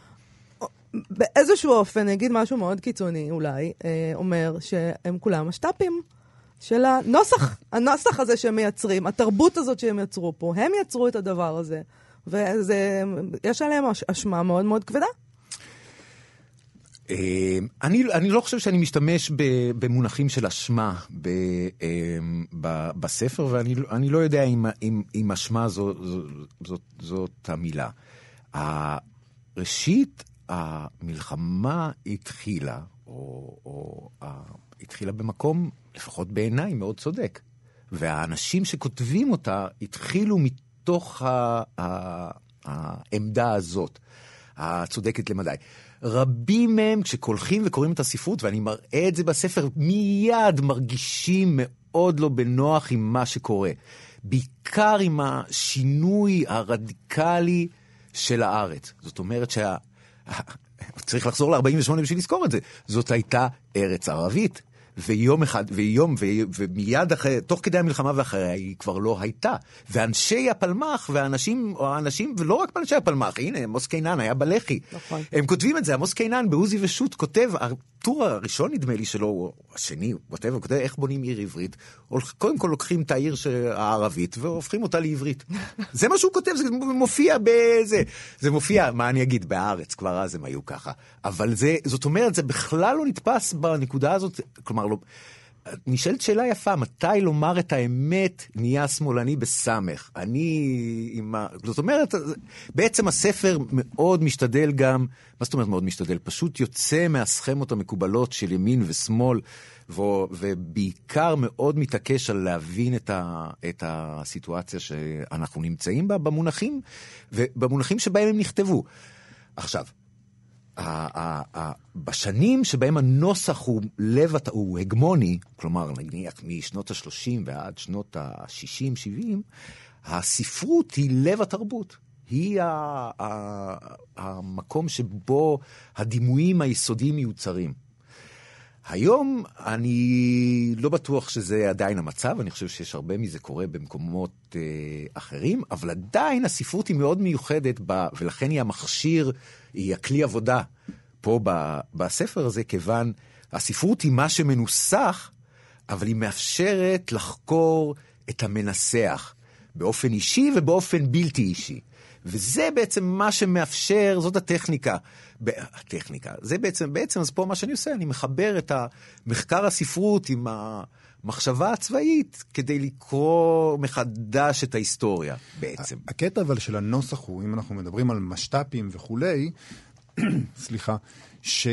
באיזשהו אופן, נגיד משהו מאוד קיצוני אולי, אה, אומר שהם כולם השטאפים של הנוסח, הנוסח הזה שהם מייצרים, התרבות הזאת שהם יצרו פה, הם יצרו את הדבר הזה, ויש עליהם אשמה מאוד מאוד כבדה. אני, אני לא חושב שאני משתמש במונחים של אשמה בספר, ואני אני לא יודע אם, אם, אם אשמה זו, זאת, זאת המילה. ראשית, המלחמה התחילה, או, או uh, התחילה במקום, לפחות בעיניי, מאוד צודק. והאנשים שכותבים אותה התחילו מתוך ה, ה, העמדה הזאת, הצודקת למדי. רבים מהם, כשקולחים וקוראים את הספרות, ואני מראה את זה בספר, מיד מרגישים מאוד לא בנוח עם מה שקורה. בעיקר עם השינוי הרדיקלי של הארץ. זאת אומרת שה... צריך לחזור ל-ארבעים ושמונה בשביל לזכור את זה. זאת הייתה ארץ ערבית. ויום אחד, ויום, ו, ומיד אחרי, תוך כדי המלחמה ואחריה, היא כבר לא הייתה. ואנשי הפלמח, והאנשים, או האנשים, ולא רק אנשי הפלמח, הנה, עמוס קינן היה בלח"י. נכון. הם כותבים את זה, עמוס קינן, בעוזי ושות, כותב, הטור הראשון נדמה לי שלו, השני, כותב, הוא כותב, איך בונים עיר עברית? קודם כל לוקחים את העיר הערבית, והופכים אותה לעברית. זה מה שהוא כותב, זה מופיע בזה. זה מופיע, מה אני אגיד, בארץ, כבר אז הם היו ככה. אבל זה, זאת אומרת, זה בכלל לא נתפס בנקודה הזאת, כלומר, לא, נשאלת שאלה יפה, מתי לומר את האמת נהיה שמאלני בסמך? אני, עם ה... זאת אומרת, בעצם הספר מאוד משתדל גם, מה זאת אומרת מאוד משתדל? פשוט יוצא מהסכמות המקובלות של ימין ושמאל, ו... ובעיקר מאוד מתעקש על להבין את, ה... את הסיטואציה שאנחנו נמצאים בה, במונחים, ובמונחים שבהם הם נכתבו. עכשיו, בשנים שבהם הנוסח הוא לב, הוא הגמוני, כלומר נניח משנות ה-שלושים ועד שנות ה-שישים שבעים, הספרות היא לב התרבות. היא המקום שבו הדימויים היסודיים מיוצרים. היום אני לא בטוח שזה עדיין המצב, אני חושב שיש הרבה מזה קורה במקומות אה, אחרים, אבל עדיין הספרות היא מאוד מיוחדת, ב, ולכן היא המכשיר, היא הכלי עבודה פה ב, בספר הזה, כיוון הספרות היא מה שמנוסח, אבל היא מאפשרת לחקור את המנסח, באופן אישי ובאופן בלתי אישי. וזה בעצם מה שמאפשר, זאת הטכניקה. הטכניקה. זה בעצם, בעצם, אז פה מה שאני עושה, אני מחבר את המחקר הספרות עם המחשבה הצבאית, כדי לקרוא מחדש את ההיסטוריה, בעצם. הקטע אבל של הנוסח הוא, אם אנחנו מדברים על משטפים וכולי, סליחה, ש...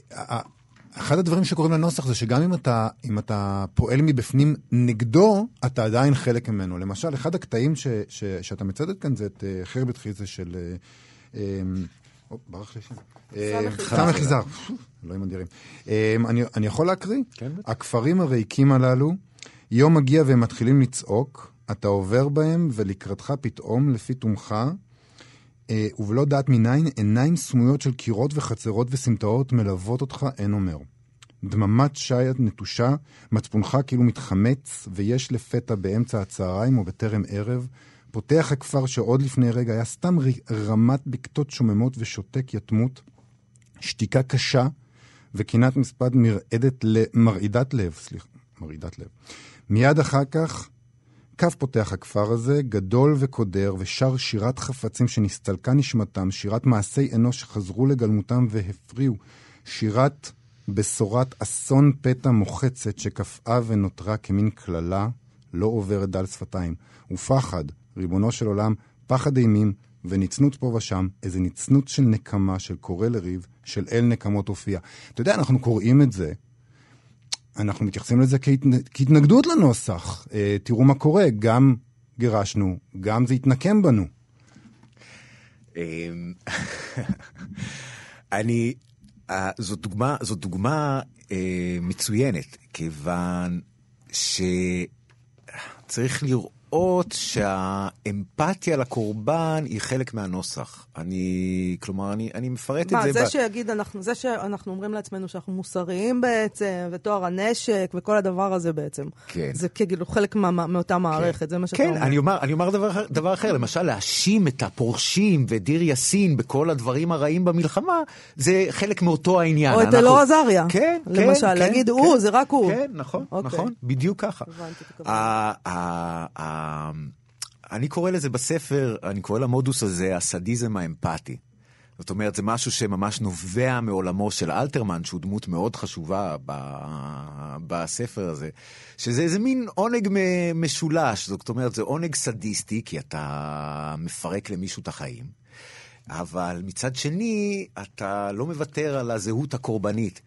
אחד הדברים שקוראים לנוסח זה שגם אם אתה, אם אתה פועל מבפנים נגדו, אתה עדיין חלק ממנו. למשל, אחד הקטעים ש, ש, שאתה מצדד כאן זה את uh, חרבת חיזה של... Uh, או, ברח לי שם. סמך חיזר. אלוהים אדירים. אני, אני יכול להקריא? כן. הכפרים הריקים הללו, יום מגיע והם מתחילים לצעוק, אתה עובר בהם ולקראתך פתאום לפי תומך, ובלא דעת מניין, עיניים סמויות של קירות וחצרות וסמטאות מלוות אותך, אין אומר. דממת שייט נטושה, מצפונך כאילו מתחמץ, ויש לפתע באמצע הצהריים או בטרם ערב, פותח הכפר שעוד לפני רגע היה סתם רמת בקתות שוממות ושותק יתמות, שתיקה קשה, וקינת מספד מרעדת למרעידת לב, סליחה, מרעידת לב. מיד אחר כך, כף פותח הכפר הזה, גדול וקודר, ושר שירת חפצים שנסתלקה נשמתם, שירת מעשי אנוש שחזרו לגלמותם והפריעו, שירת בשורת אסון פתע מוחצת שקפאה ונותרה כמין כללה, לא עוברת דל שפתיים, ופחד, ריבונו של עולם, פחד אימים, וניצנות פה ושם, איזה ניצנות של נקמה, של קורא לריב, של אל נקמות הופיע. אתה יודע, אנחנו קוראים את זה, אנחנו מתייחסים לזה כהתנ... כהתנגדות לנוסח. אה, תראו מה קורה, גם גירשנו, גם זה התנקם בנו. אני, זאת דוגמה, זאת דוגמה אה, מצוינת, כיוון שצריך לראות שהאמפתיה לקורבן היא חלק מהנוסח. אני, כלומר, אני, אני מפרט מה, את זה. זה ב... שיגיד, אנחנו, זה שאנחנו אומרים לעצמנו שאנחנו מוסריים בעצם, ותואר הנשק, וכל הדבר הזה בעצם. כן. זה כאילו חלק מה, מאותה מערכת, כן. זה מה שאתה כן, אומר. אני אומר, אני אומר דבר, דבר אחר, למשל, להאשים את הפורשים ודיר יאסין בכל הדברים הרעים במלחמה, זה חלק מאותו העניין. או את אנחנו... אלאור עזריה. כן, למשל, כן, להגיד, כן, הוא, כן, זה רק הוא. כן, נכון, okay. נכון, בדיוק ככה. הבנתי את הכוונה. אני קורא לזה בספר, אני קורא למודוס הזה, הסדיזם האמפתי. זאת אומרת, זה משהו שממש נובע מעולמו של אלתרמן, שהוא דמות מאוד חשובה בספר הזה, שזה איזה מין עונג משולש, זאת אומרת, זה עונג סדיסטי, כי אתה מפרק למישהו את החיים, אבל מצד שני, אתה לא מוותר על הזהות הקורבנית.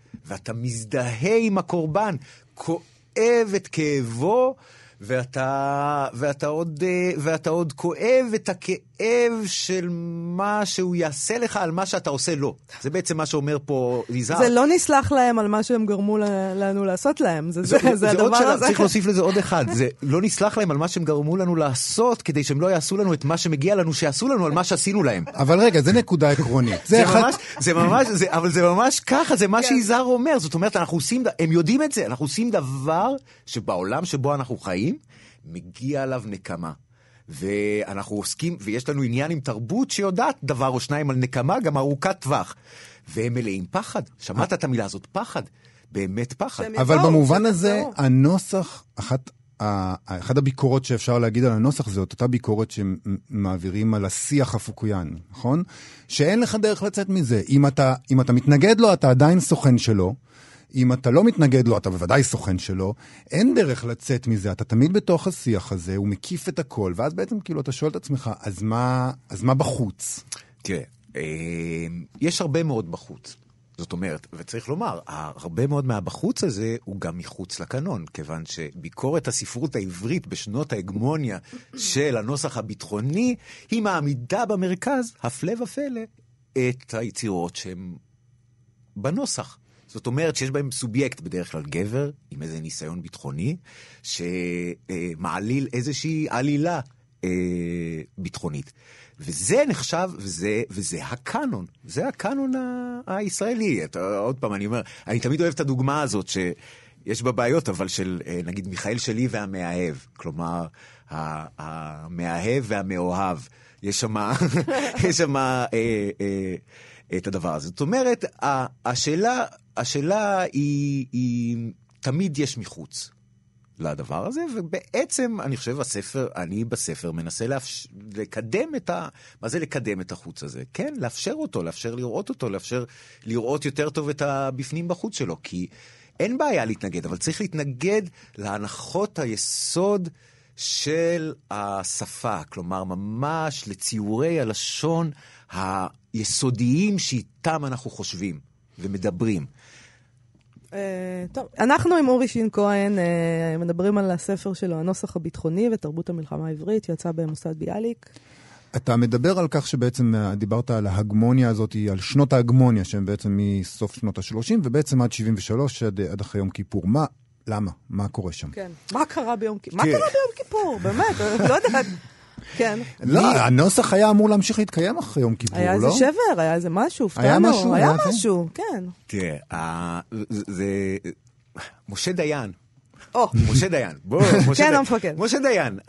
ואתה מזדהה עם הקורבן, כואב את כאבו, ואתה, ואתה עוד, ואתה עוד כואב את הכאב של מה שהוא יעשה לך על מה שאתה עושה לו. זה בעצם מה שאומר פה יזהר. זה לא נסלח להם על מה שהם גרמו לנו לעשות להם. זה, זה, זה, זה הדבר הזה. צריך להוסיף לזה עוד אחד. זה לא נסלח להם על מה שהם גרמו לנו לעשות, כדי שהם לא יעשו לנו את מה שמגיע לנו, שיעשו לנו על מה שעשינו להם. אבל רגע, זה נקודה עקרונית. זה ממש, זה ממש, זה, אבל זה ממש ככה, זה מה שיזהר אומר. זאת אומרת, אנחנו עושים, הם יודעים את זה, אנחנו עושים דבר שבעולם שבו אנחנו חיים, מגיע עליו נקמה. ואנחנו עוסקים, ויש לנו עניין עם תרבות שיודעת דבר או שניים על נקמה, גם ארוכת טווח. והם מלאים פחד. שמעת את המילה הזאת? פחד. באמת פחד. אבל במובן הזה, הנוסח, אחת, אחת הביקורות שאפשר להגיד על הנוסח, זה אותה ביקורת שמעבירים על השיח הפוקויאני, נכון? שאין לך דרך לצאת מזה. אם אתה, אם אתה מתנגד לו, אתה עדיין סוכן שלו. אם אתה לא מתנגד לו, אתה בוודאי סוכן שלו, אין דרך לצאת מזה, אתה תמיד בתוך השיח הזה, הוא מקיף את הכל, ואז בעצם כאילו אתה שואל את עצמך, אז מה, אז מה בחוץ? תראה, יש הרבה מאוד בחוץ, זאת אומרת, וצריך לומר, הרבה מאוד מהבחוץ הזה הוא גם מחוץ לקנון, כיוון שביקורת הספרות העברית בשנות ההגמוניה של הנוסח הביטחוני, היא מעמידה במרכז, הפלא ופלא, את היצירות שהן בנוסח. זאת אומרת שיש בהם סובייקט בדרך כלל גבר, עם איזה ניסיון ביטחוני, שמעליל איזושהי עלילה אה, ביטחונית. וזה נחשב, וזה, וזה הקאנון. זה הקאנון ה- הישראלי. אתה, עוד פעם, אני אומר, אני תמיד אוהב את הדוגמה הזאת, שיש בה בעיות, אבל של, נגיד, מיכאל שלי והמאהב. כלומר, המאהב והמאוהב. יש שם, יש שם, אה, אה, את הדבר הזה. זאת אומרת, השאלה, השאלה היא, היא, תמיד יש מחוץ לדבר הזה, ובעצם אני חושב הספר, אני בספר מנסה לאפשר, לקדם את ה, מה זה לקדם את החוץ הזה? כן, לאפשר אותו, לאפשר לראות אותו, לאפשר לראות יותר טוב את הבפנים בחוץ שלו, כי אין בעיה להתנגד, אבל צריך להתנגד להנחות היסוד של השפה, כלומר ממש לציורי הלשון היסודיים שאיתם אנחנו חושבים ומדברים. טוב, אנחנו עם אורי שין כהן מדברים על הספר שלו, הנוסח הביטחוני ותרבות המלחמה העברית, יצא במוסד ביאליק. אתה מדבר על כך שבעצם דיברת על ההגמוניה הזאת, על שנות ההגמוניה, שהן בעצם מסוף שנות ה-שלושים, ובעצם עד שבעים ושלוש, עד, עד אחרי יום כיפור. מה, למה? מה קורה שם? כן. מה קרה ביום כיפור? מה קרה ביום כיפור? באמת, לא יודעת. כן. לא, הנוסח היה אמור להמשיך להתקיים אחרי יום כיפור, לא? היה איזה שבר, היה איזה משהו, היה משהו, היה משהו, כן. תראה, זה משה דיין. או. משה דיין. בוא, כן, המפקד. משה דיין.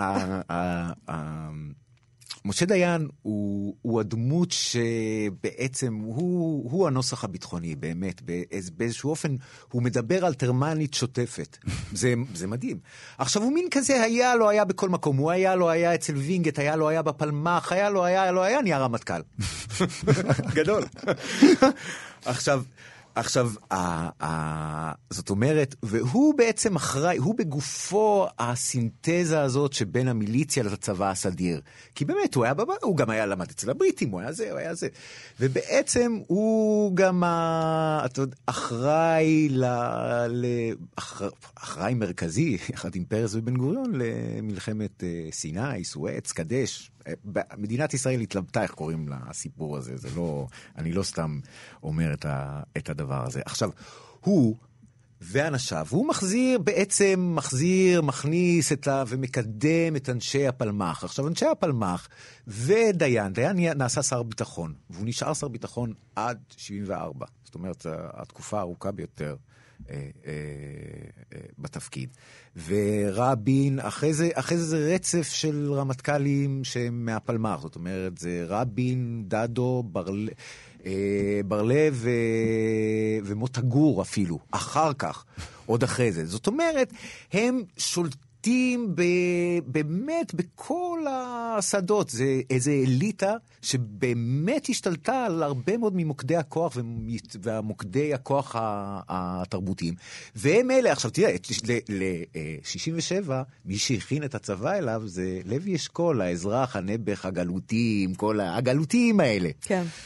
משה דיין הוא, הוא הדמות שבעצם הוא, הוא הנוסח הביטחוני, באמת, באיזשהו אופן, הוא מדבר על טרמנית שוטפת. זה, זה מדהים. עכשיו, הוא מין כזה היה, לא היה בכל מקום. הוא היה, לא היה אצל וינגט, היה, לא היה בפלמח, היה, לא היה, לא היה, נהיה רמטכ"ל. גדול. עכשיו, עכשיו, ה, ה, זאת אומרת, והוא בעצם אחראי, הוא בגופו הסינתזה הזאת שבין המיליציה לצבא הסדיר. כי באמת, הוא היה בבא, הוא גם היה למד אצל הבריטים, הוא היה זה, הוא היה זה. ובעצם הוא גם ה, אתה יודע, אחראי, ל, ל, אחר, אחראי מרכזי, יחד עם פרס ובן גוריון, למלחמת סיני, סואץ, קדש. מדינת ישראל התלבטה איך קוראים לסיפור הזה, זה לא, אני לא סתם אומר את, ה, את הדבר הזה. עכשיו, הוא ואנשיו, הוא מחזיר, בעצם מחזיר, מכניס את ה, ומקדם את אנשי הפלמח. עכשיו, אנשי הפלמח ודיין, דיין נעשה שר ביטחון, והוא נשאר שר ביטחון עד שבעים וארבע. זאת אומרת, התקופה הארוכה ביותר אה, אה, אה, בתפקיד. ורבין, אחרי זה, אחרי זה זה רצף של רמטכ"לים שהם מהפלמ"ח, זאת אומרת, זה רבין, דדו, ברל, אה, ברלב ו, ומוטה גור אפילו, אחר כך, עוד אחרי זה. זאת אומרת, הם שולטים ב, באמת בכל השדות. זה איזו אליטה שבאמת השתלטה על הרבה מאוד ממוקדי הכוח והמוקדי הכוח התרבותיים. והם אלה, עכשיו תראה, ל-שישים ושבע, מי שהכין את הצבא אליו זה לוי אשכול, האזרח, הנבח, הגלותיים, כל הגלותיים האלה. כן.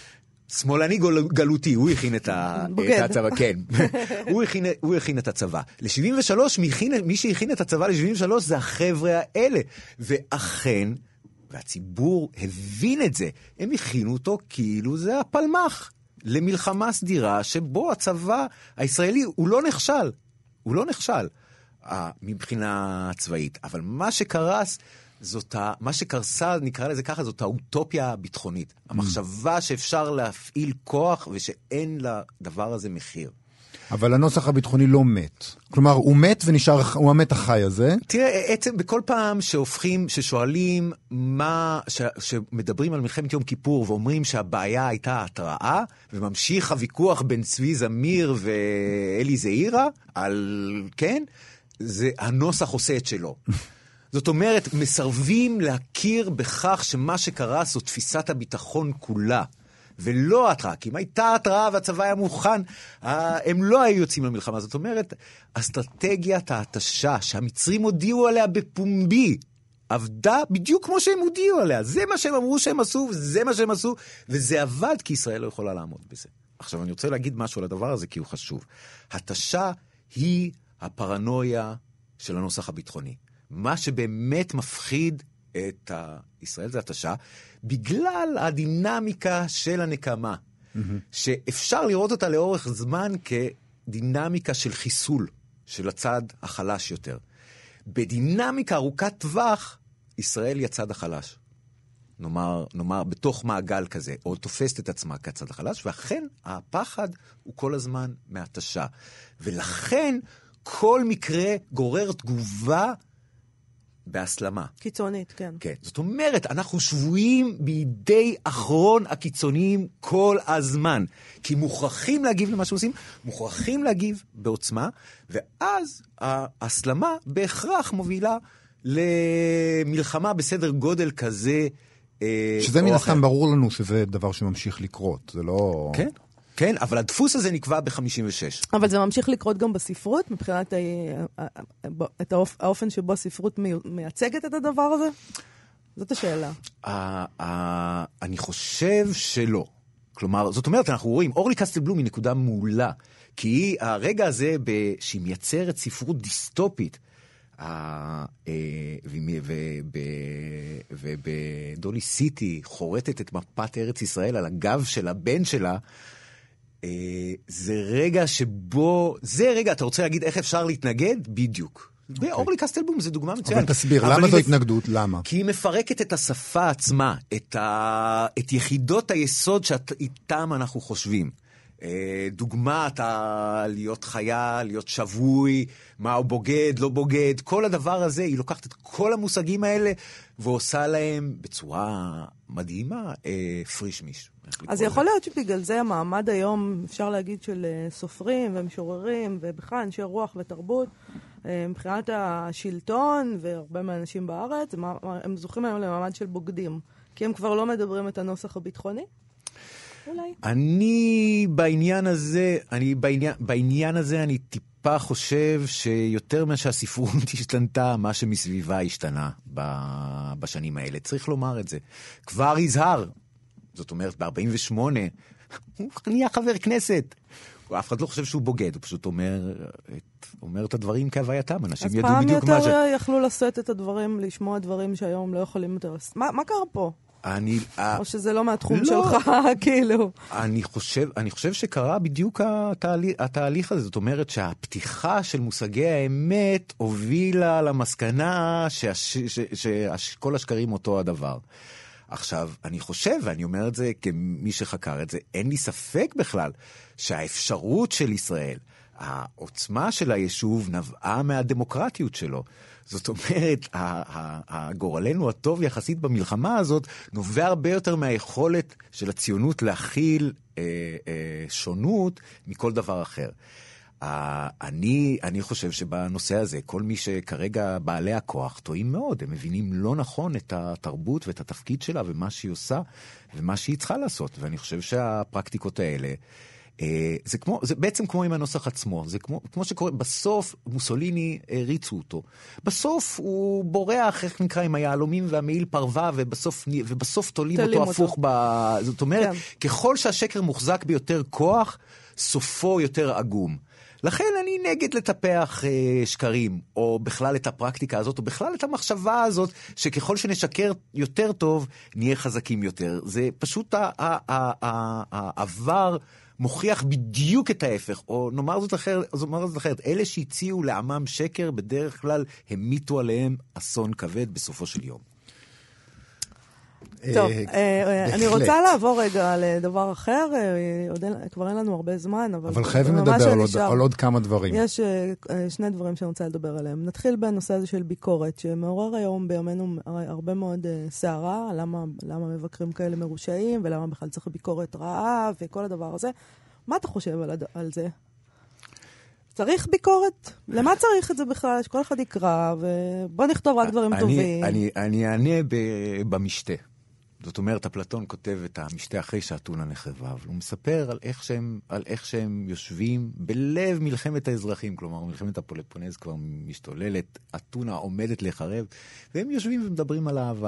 שמאלני גלותי, הוא הכין את הצבא, כן. הוא הכין את הצבא. ל-שבעים ושלוש, מי שהכין את הצבא ל-שבעים ושלוש זה החבר'ה האלה. ואכן, והציבור הבין את זה, הם הכינו אותו כאילו זה הפלמח, למלחמה סדירה, שבו הצבא הישראלי הוא לא נכשל. הוא לא נכשל מבחינה צבאית. אבל מה שקרס, זאת ה... מה שקרסה, נקרא לזה ככה, זאת האוטופיה הביטחונית. המחשבה שאפשר להפעיל כוח ושאין לדבר הזה מחיר. אבל הנוסח הביטחוני לא מת. כלומר, הוא מת ונשאר, הוא המת החי הזה. תראה, עצם, בכל פעם שהופכים, ששואלים מה, ש, שמדברים על מלחמת יום כיפור ואומרים שהבעיה הייתה התראה, וממשיך הוויכוח בין צבי זמיר ואלי זעירה, על, כן, זה, הנוסח עושה את שלו. זאת אומרת, מסרבים להכיר בכך שמה שקרה זו תפיסת הביטחון כולה, ולא התראה. כי אם הייתה התראה והצבא היה מוכן, הם לא היו יוצאים למלחמה. זאת אומרת, אסטרטגיית ההתשה שהמצרים הודיעו עליה בפומבי, עבדה בדיוק כמו שהם הודיעו עליה. זה מה שהם אמרו שהם עשו, וזה מה שהם עשו, וזה עבד כי ישראל לא יכולה לעמוד בזה. עכשיו, אני רוצה להגיד משהו על הדבר הזה כי הוא חשוב. התשה היא הפרנויה של הנוסח הביטחוני. מה שבאמת מפחיד את ישראל זה התשה, בגלל הדינמיקה של הנקמה, mm-hmm. שאפשר לראות אותה לאורך זמן כדינמיקה של חיסול של הצד החלש יותר. בדינמיקה ארוכת טווח, ישראל היא הצד החלש. נאמר, נאמר, בתוך מעגל כזה, או תופסת את עצמה כצד החלש, ואכן הפחד הוא כל הזמן מהתשה. ולכן כל מקרה גורר תגובה בהסלמה. קיצונית, כן. כן. זאת אומרת, אנחנו שבויים בידי אחרון הקיצוניים כל הזמן. כי מוכרחים להגיב למה שעושים, מוכרחים להגיב בעוצמה, ואז ההסלמה בהכרח מובילה למלחמה בסדר גודל כזה. שזה מן הסתם ברור לנו שזה דבר שממשיך לקרות. זה לא... כן. כן, אבל הדפוס הזה נקבע ב-חמישים ושש. אבל זה ממשיך לקרות גם בספרות, מבחינת את האופן שבו הספרות מייצגת את הדבר הזה? זאת השאלה. אני חושב שלא. כלומר, זאת אומרת, אנחנו רואים, אורלי קסטלבלום היא נקודה מעולה, כי הרגע הזה שהיא מייצרת ספרות דיסטופית, ובדולי סיטי חורטת את מפת ארץ ישראל על הגב של הבן שלה, זה רגע שבו, זה רגע, אתה רוצה להגיד איך אפשר להתנגד? בדיוק. ואורלי קסטלבלום זה דוגמה מצוינת. אבל תסביר, למה זו התנגדות? למה? כי היא מפרקת את השפה עצמה, את יחידות היסוד שאיתם אנחנו חושבים. דוגמה, אתה להיות חיה, להיות שבוי, מה הוא בוגד, לא בוגד, כל הדבר הזה, היא לוקחת את כל המושגים האלה, ועושה להם בצורה מדהימה, פרישמיש. אז יכול להיות שבגלל זה המעמד היום, אפשר להגיד, של סופרים ומשוררים, ובכלל אנשי רוח ותרבות, מבחינת השלטון, והרבה מהאנשים בארץ, הם זוכים היום למעמד של בוגדים, כי הם כבר לא מדברים את הנוסח הביטחוני? אולי. אני בעניין הזה, אני בעניין, בעניין הזה אני טיפה חושב שיותר מה שהספרות השתנתה, מה שמסביבה השתנה בשנים האלה. צריך לומר את זה. כבר יזהר, זאת אומרת, ב-ארבעים ושמונה, הוא נהיה חבר כנסת. אף אחד לא חושב שהוא בוגד, הוא פשוט אומר את, אומר את הדברים כהווייתם. אנשים ידעו בדיוק מה ש... אז פעם יותר יכלו לשאת את הדברים, לשמוע דברים שהיום לא יכולים יותר... מה, מה קרה פה? אני, או שזה לא מהתחום לא, שלך, כאילו. אני חושב, אני חושב שקרה בדיוק התהליך, התהליך הזה. זאת אומרת שהפתיחה של מושגי האמת הובילה למסקנה שכל השקרים אותו הדבר. עכשיו, אני חושב, ואני אומר את זה כמי שחקר את זה, אין לי ספק בכלל שהאפשרות של ישראל, העוצמה של היישוב נבעה מהדמוקרטיות שלו. זאת אומרת, הגורלנו הטוב יחסית במלחמה הזאת נובע הרבה יותר מהיכולת של הציונות להכיל אה, אה, שונות מכל דבר אחר. אני, אני חושב שבנושא הזה, כל מי שכרגע בעלי הכוח טועים מאוד, הם מבינים לא נכון את התרבות ואת התפקיד שלה ומה שהיא עושה ומה שהיא צריכה לעשות. ואני חושב שהפרקטיקות האלה זה כמו, זה בעצם כמו עם הנוסח עצמו, זה כמו, כמו שקורה, בסוף מוסוליני הריצו אותו. בסוף הוא בורח, איך נקרא, עם היעלומים והמעיל פרווה, ובסוף, ובסוף תולים אותו, אותו הפוך. ב... זאת אומרת, כן. ככל שהשקר מוחזק ביותר כוח, סופו יותר עגום. לכן אני נגד לטפח אה, שקרים, או בכלל את הפרקטיקה הזאת, או בכלל את המחשבה הזאת, שככל שנשקר יותר טוב, נהיה חזקים יותר. זה פשוט העבר מוכיח בדיוק את ההפך, או נאמר זאת אחרת, נאמר זאת אחרת, אלה שהציעו לעמם שקר, בדרך כלל המיתו עליהם אסון כבד בסופו של יום. טוב, אני רוצה לעבור רגע לדבר אחר, כבר אין לנו הרבה זמן, אבל חייבים לדבר על עוד כמה דברים. יש שני דברים שאני רוצה לדבר עליהם. נתחיל בנושא הזה של ביקורת, שמעורר היום בימינו הרבה מאוד סערה, למה מבקרים כאלה מרושעים, ולמה בכלל צריך ביקורת רעה, וכל הדבר הזה. מה אתה חושב על זה? צריך ביקורת? למה צריך את זה בכלל? שכל אחד יקרא, ובוא נכתוב רק דברים טובים. אני אענה במשתה. זאת אומרת, אפלטון כותב את המשתה אחרי שהאתונה נחרבה, אבל הוא מספר על איך שהם, על איך שהם יושבים בלב מלחמת האזרחים, כלומר, מלחמת הפלופונז כבר משתוללת, אתונה עומדת להיחרב, והם יושבים ומדברים על אהבה.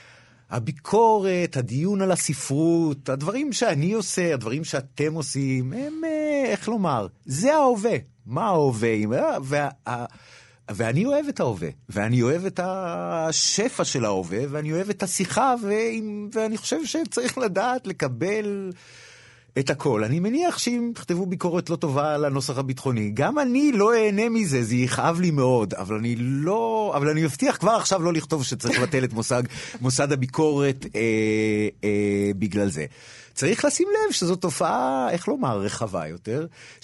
הביקורת, הדיון על הספרות, הדברים שאני עושה, הדברים שאתם עושים, הם, איך לומר, זה ההווה. מה ההווה? וה... ואני אוהב את ההווה, ואני אוהב את השפע של ההווה, ואני אוהב את השיחה, ואני חושב שצריך לדעת לקבל את הכל. אני מניח שאם תכתבו ביקורת לא טובה על הנוסח הביטחוני, גם אני לא אהנה מזה, זה יכאב לי מאוד, אבל אני לא, אבל אני מבטיח כבר עכשיו לא לכתוב שצריך לבטל את מושג, מוסד הביקורת אה, אה, בגלל זה. צריך לשים לב שזו תופעה, איך לומר, רחבה יותר,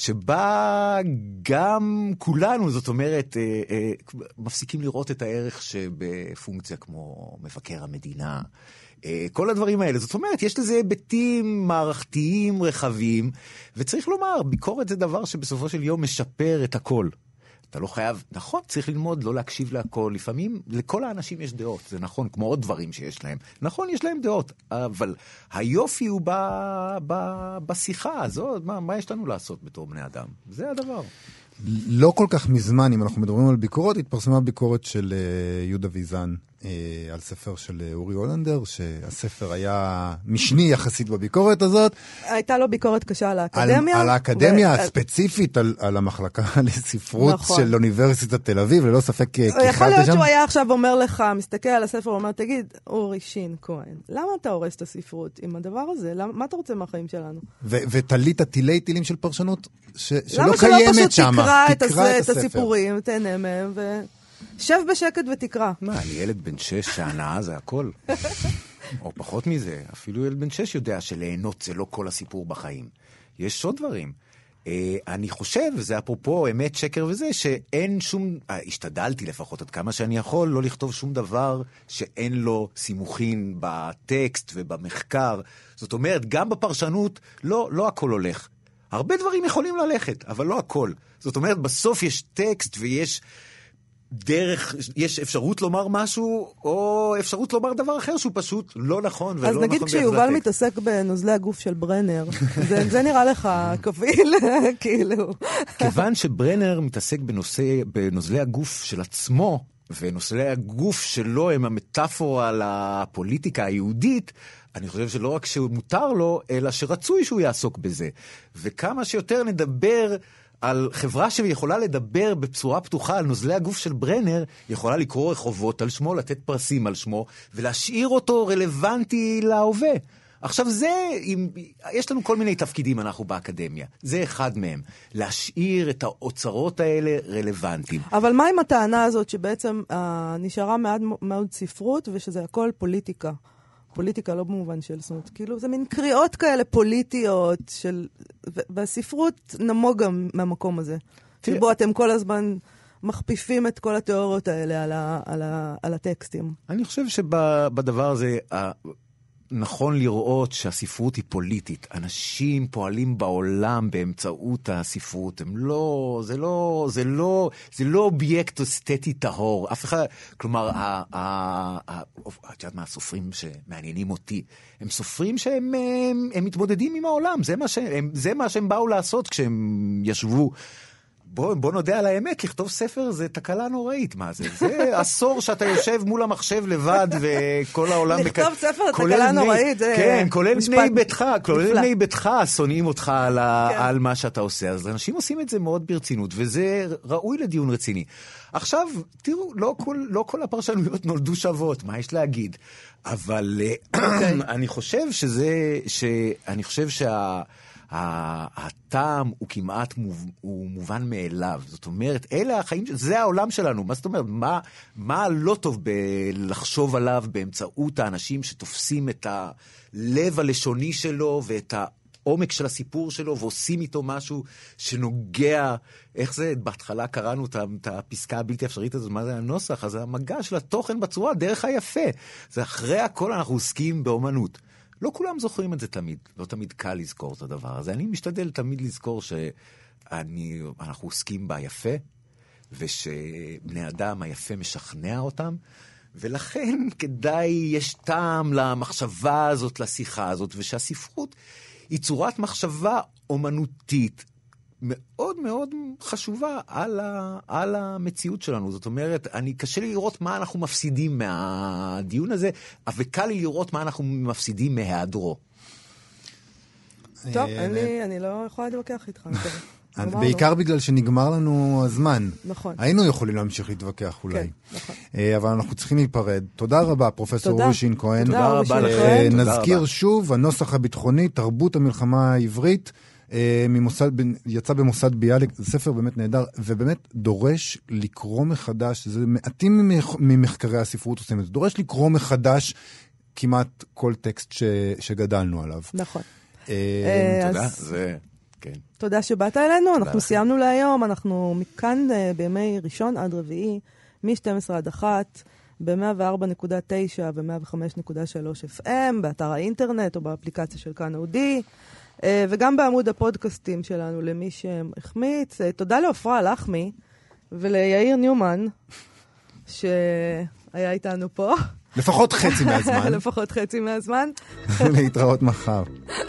שבה גם כולנו, זאת אומרת, אה, אה, מפסיקים לראות את הערך שבפונקציה כמו מבקר המדינה, אה, כל הדברים האלה. זאת אומרת, יש לזה היבטים מערכתיים רחבים, וצריך לומר, ביקורת זה דבר שבסופו של יום משפר את הכל. אתה לא חייב, נכון, צריך ללמוד, לא להקשיב להכל. לפעמים, לכל האנשים יש דעות, זה נכון, כמו עוד דברים שיש להם. נכון, יש להם דעות, אבל היופי הוא ב, ב, בשיחה הזאת, מה, מה יש לנו לעשות בתור בני אדם? זה הדבר. לא כל כך מזמן, אם אנחנו מדברים על ביקורת, התפרסמה ביקורת של uh, יהודה ויזן, uh, על ספר של uh, אורי הולנדר, שהספר היה משני יחסית בביקורת הזאת. הייתה לו ביקורת קשה על האקדמיה. על, על האקדמיה ו... הספציפית, על, על המחלקה לספרות נכון. של אוניברסיטת תל אביב, ללא ספק כיחדת שם. יכול להיות שהוא היה עכשיו אומר לך, מסתכל על הספר ואומר, תגיד, אורי שין כהן, למה אתה הורס את הספרות עם הדבר הזה? למה, מה אתה רוצה מהחיים שלנו? ו- ותלית תילי תילים של פרשנות ש- שלא קיימת שם. תקרא את, תקרא את, את הסיפורים, תהנה מהם, ושב בשקט ותקרא. מה, אני ילד בן שש שהנאה זה הכל. או פחות מזה, אפילו ילד בן שש יודע שליהנות זה לא כל הסיפור בחיים. יש עוד דברים. אני חושב, וזה אפרופו אמת שקר וזה, שאין שום, השתדלתי לפחות עד כמה שאני יכול, לא לכתוב שום דבר שאין לו סימוכין בטקסט ובמחקר. זאת אומרת, גם בפרשנות, לא, לא הכל הולך. הרבה דברים יכולים ללכת, אבל לא הכל. זאת אומרת, בסוף יש טקסט ויש דרך, יש אפשרות לומר משהו, או אפשרות לומר דבר אחר שהוא פשוט לא נכון ולא נכון. אז נגיד כשיובל מתעסק בנוזלי הגוף של ברנר, זה, זה נראה לך קביל, כאילו. כיוון שברנר מתעסק בנושא, בנוזלי הגוף של עצמו, ונוזלי הגוף שלו הם המטאפורה לפוליטיקה היהודית, אני חושב שלא רק שמותר לו, אלא שרצוי שהוא יעסוק בזה. וכמה שיותר נדבר על חברה שיכולה לדבר בצורה פתוחה על נוזלי הגוף של ברנר, יכולה לקרוא רחובות על שמו, לתת פרסים על שמו, ולהשאיר אותו רלוונטי להווה. עכשיו זה, אם, יש לנו כל מיני תפקידים אנחנו באקדמיה. זה אחד מהם. להשאיר את האוצרות האלה רלוונטיים. אבל מה עם הטענה הזאת שבעצם אה, נשארה מאוד, מאוד ספרות, ושזה הכל פוליטיקה? פוליטיקה לא במובן של, זאת אומרת, כאילו זה מין קריאות כאלה פוליטיות של, והספרות נמוג גם מהמקום הזה. שבו אתם כל הזמן מכפיפים את כל התיאוריות האלה על, ה, על, ה, על הטקסטים. אני חושב שבדבר הזה, נכון לראות שהספרות היא פוליטית. אנשים פועלים בעולם באמצעות הספרות. הם לא, זה לא, זה לא, זה לא אובייקט אסתטי טהור. אף אחד, כלומר, ה, ה, ה, את יודעת מה, הסופרים שמעניינים אותי, הם סופרים שהם הם, הם מתמודדים עם העולם. זה מה שהם, זה מה שהם באו לעשות כשהם ישבו. בוא, בוא נודע על האמת, לכתוב ספר זה תקלה נוראית, מה זה? זה עשור שאתה יושב מול המחשב לבד וכל העולם... לכתוב ספר זה תקלה נוראית, זה... כן, כולל בני ביתך, כולל בני ביתך שונאים אותך על, ה, כן. על מה שאתה עושה. אז אנשים עושים את זה מאוד ברצינות, וזה ראוי לדיון רציני. עכשיו, תראו, לא כל, לא כל הפרשנויות נולדו שוות, מה יש להגיד? אבל אני חושב שזה, שאני חושב שה... הטעם הוא כמעט מוב, הוא מובן מאליו. זאת אומרת, אלה החיים, זה העולם שלנו. מה זאת אומרת? מה, מה לא טוב בלחשוב עליו באמצעות האנשים שתופסים את הלב הלשוני שלו ואת העומק של הסיפור שלו ועושים איתו משהו שנוגע, איך זה? בהתחלה קראנו את הפסקה הבלתי אפשרית הזאת, מה זה הנוסח? אז המגע של התוכן בצורה, דרך היפה. זה אחרי הכל אנחנו עוסקים באומנות. לא כולם זוכרים את זה תמיד, לא תמיד קל לזכור את הדבר הזה. אני משתדל תמיד לזכור שאנחנו עוסקים ביפה, ושבני אדם היפה משכנע אותם, ולכן כדאי, יש טעם למחשבה הזאת, לשיחה הזאת, ושהספרות היא צורת מחשבה אומנותית, מאוד מאוד חשובה על, ה, על המציאות שלנו. זאת אומרת, אני קשה לי לראות מה אנחנו מפסידים מהדיון הזה, אבל קל לי לראות מה אנחנו מפסידים מהיעדרו. טוב, אני, אני לא יכולה להתווכח איתך. בעיקר בגלל שנגמר לנו הזמן. נכון. היינו יכולים להמשיך להתווכח אולי. כן, נכון. אבל אנחנו צריכים להיפרד. תודה רבה, פרופסור רושין כהן. תודה רבה לכם. נזכיר שוב, הנוסח הביטחוני, תרבות המלחמה העברית, ממוסד, יצא במוסד ביאליק, זה ספר באמת נהדר, ובאמת דורש לקרוא מחדש, זה מעטים ממחקרי הספרות עושים את זה, דורש לקרוא מחדש כמעט כל טקסט ש, שגדלנו עליו. נכון. תודה, זה... כן. תודה שבאת אלינו, אנחנו סיימנו להיום, אנחנו מכאן בימי ראשון עד רביעי, מ-שתים עשרה עד אחת, ב-מאה וארבע נקודה תשע ו-מאה וחמש נקודה שלוש אף אם, באתר האינטרנט או באפליקציה של כאן אודי, וגם בעמוד הפודקאסטים שלנו למי שהחמיץ. תודה לעופרה לחמי וליאיר ניומן, שהיה איתנו פה. לפחות חצי מהזמן. לפחות חצי מהזמן. להתראות מחר.